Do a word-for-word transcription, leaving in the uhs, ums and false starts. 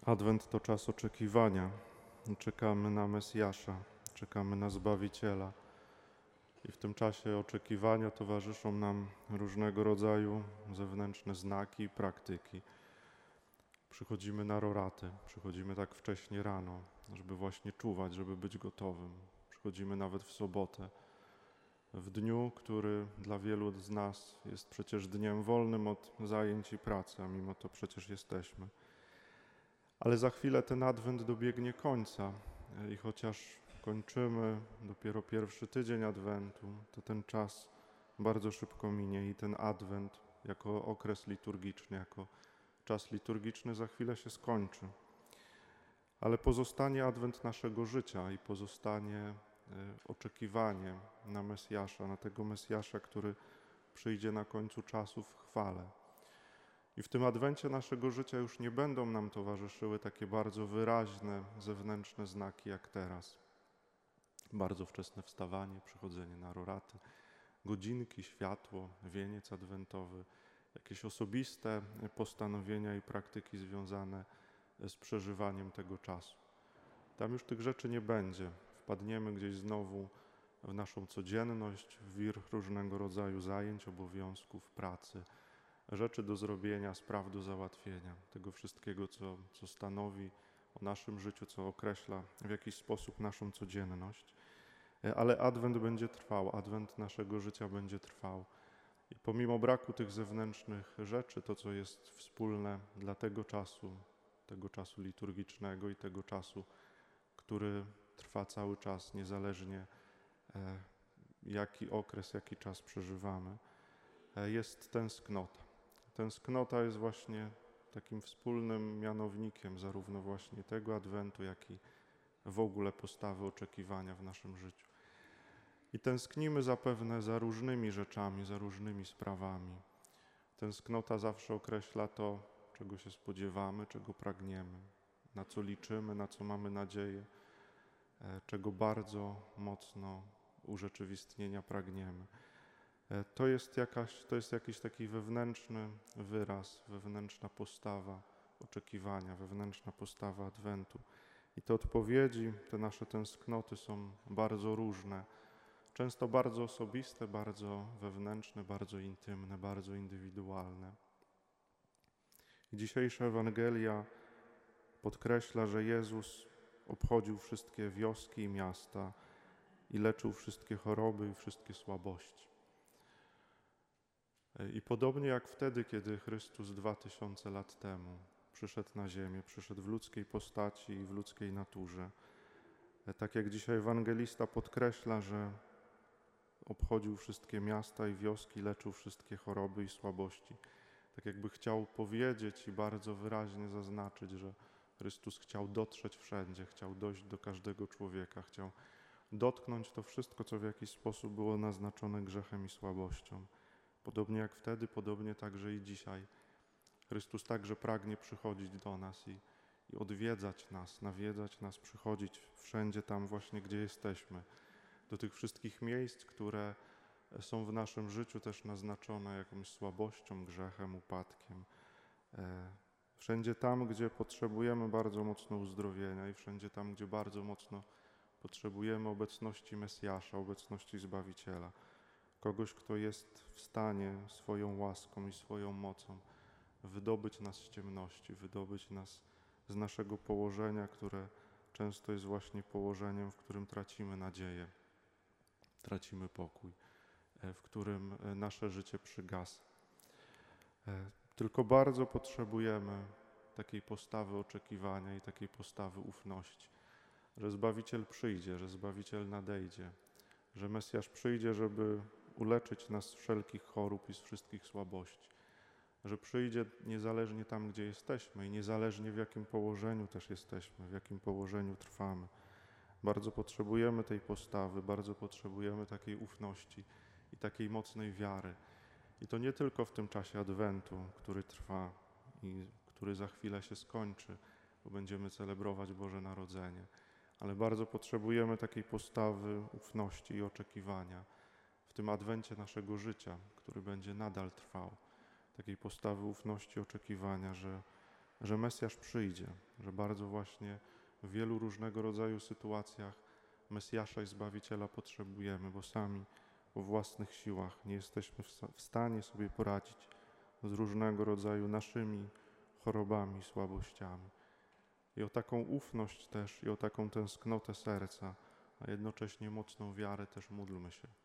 Adwent to czas oczekiwania. Czekamy na Mesjasza, czekamy na Zbawiciela. I w tym czasie oczekiwania towarzyszą nam różnego rodzaju zewnętrzne znaki i praktyki. Przychodzimy na roraty, przychodzimy tak wcześnie rano, żeby właśnie czuwać, żeby być gotowym. Przychodzimy nawet w sobotę, w dniu, który dla wielu z nas jest przecież dniem wolnym od zajęć i pracy, a mimo to przecież jesteśmy. Ale za chwilę ten Adwent dobiegnie końca i chociaż kończymy dopiero pierwszy tydzień Adwentu, to ten czas bardzo szybko minie i ten Adwent jako okres liturgiczny, jako czas liturgiczny za chwilę się skończy. Ale pozostanie Adwent naszego życia i pozostanie oczekiwanie na Mesjasza, na tego Mesjasza, który przyjdzie na końcu czasów w chwale. I w tym Adwencie naszego życia już nie będą nam towarzyszyły takie bardzo wyraźne zewnętrzne znaki jak teraz. Bardzo wczesne wstawanie, przychodzenie na roraty, godzinki, światło, wieniec adwentowy, jakieś osobiste postanowienia i praktyki związane z przeżywaniem tego czasu. Tam już tych rzeczy nie będzie. Wpadniemy gdzieś znowu w naszą codzienność, w wir różnego rodzaju zajęć, obowiązków, pracy, rzeczy do zrobienia, spraw do załatwienia, tego wszystkiego, co, co stanowi o naszym życiu, co określa w jakiś sposób naszą codzienność. Ale Adwent będzie trwał, Adwent naszego życia będzie trwał. I pomimo braku tych zewnętrznych rzeczy, to co jest wspólne dla tego czasu, tego czasu liturgicznego i tego czasu, który trwa cały czas, niezależnie jaki okres, jaki czas przeżywamy, jest tęsknota. Tęsknota jest właśnie takim wspólnym mianownikiem zarówno właśnie tego Adwentu, jak i w ogóle postawy oczekiwania w naszym życiu. I tęsknimy zapewne za różnymi rzeczami, za różnymi sprawami. Tęsknota zawsze określa to, czego się spodziewamy, czego pragniemy, na co liczymy, na co mamy nadzieję, czego bardzo mocno urzeczywistnienia pragniemy. To jest, jakaś, to jest jakiś taki wewnętrzny wyraz, wewnętrzna postawa oczekiwania, wewnętrzna postawa Adwentu. I te odpowiedzi, te nasze tęsknoty są bardzo różne, często bardzo osobiste, bardzo wewnętrzne, bardzo intymne, bardzo indywidualne. I dzisiejsza Ewangelia podkreśla, że Jezus obchodził wszystkie wioski i miasta i leczył wszystkie choroby i wszystkie słabości. I podobnie jak wtedy, kiedy Chrystus dwa tysiące lat temu przyszedł na ziemię, przyszedł w ludzkiej postaci i w ludzkiej naturze, tak jak dzisiaj ewangelista podkreśla, że obchodził wszystkie miasta i wioski, leczył wszystkie choroby i słabości. Tak jakby chciał powiedzieć i bardzo wyraźnie zaznaczyć, że Chrystus chciał dotrzeć wszędzie, chciał dojść do każdego człowieka, chciał dotknąć to wszystko, co w jakiś sposób było naznaczone grzechem i słabością. Podobnie jak wtedy, podobnie także i dzisiaj. Chrystus także pragnie przychodzić do nas i, i odwiedzać nas, nawiedzać nas, przychodzić wszędzie tam właśnie, gdzie jesteśmy. Do tych wszystkich miejsc, które są w naszym życiu też naznaczone jakąś słabością, grzechem, upadkiem. Wszędzie tam, gdzie potrzebujemy bardzo mocno uzdrowienia i wszędzie tam, gdzie bardzo mocno potrzebujemy obecności Mesjasza, obecności Zbawiciela. Kogoś, kto jest w stanie swoją łaską i swoją mocą wydobyć nas z ciemności, wydobyć nas z naszego położenia, które często jest właśnie położeniem, w którym tracimy nadzieję, tracimy pokój, w którym nasze życie przygasa. Tylko bardzo potrzebujemy takiej postawy oczekiwania i takiej postawy ufności, że Zbawiciel przyjdzie, że Zbawiciel nadejdzie, że Mesjasz przyjdzie, żeby uleczyć nas z wszelkich chorób i z wszystkich słabości, że przyjdzie niezależnie tam, gdzie jesteśmy i niezależnie w jakim położeniu też jesteśmy, w jakim położeniu trwamy. Bardzo potrzebujemy tej postawy, bardzo potrzebujemy takiej ufności i takiej mocnej wiary. I to nie tylko w tym czasie Adwentu, który trwa i który za chwilę się skończy, bo będziemy celebrować Boże Narodzenie, ale bardzo potrzebujemy takiej postawy ufności i oczekiwania w tym Adwencie naszego życia, który będzie nadal trwał. Takiej postawy ufności, oczekiwania, że że Mesjasz przyjdzie, że bardzo właśnie w wielu różnego rodzaju sytuacjach Mesjasza i Zbawiciela potrzebujemy, bo sami po własnych siłach nie jesteśmy w stanie sobie poradzić z różnego rodzaju naszymi chorobami, słabościami. I o taką ufność też, i o taką tęsknotę serca, a jednocześnie mocną wiarę też módlmy się.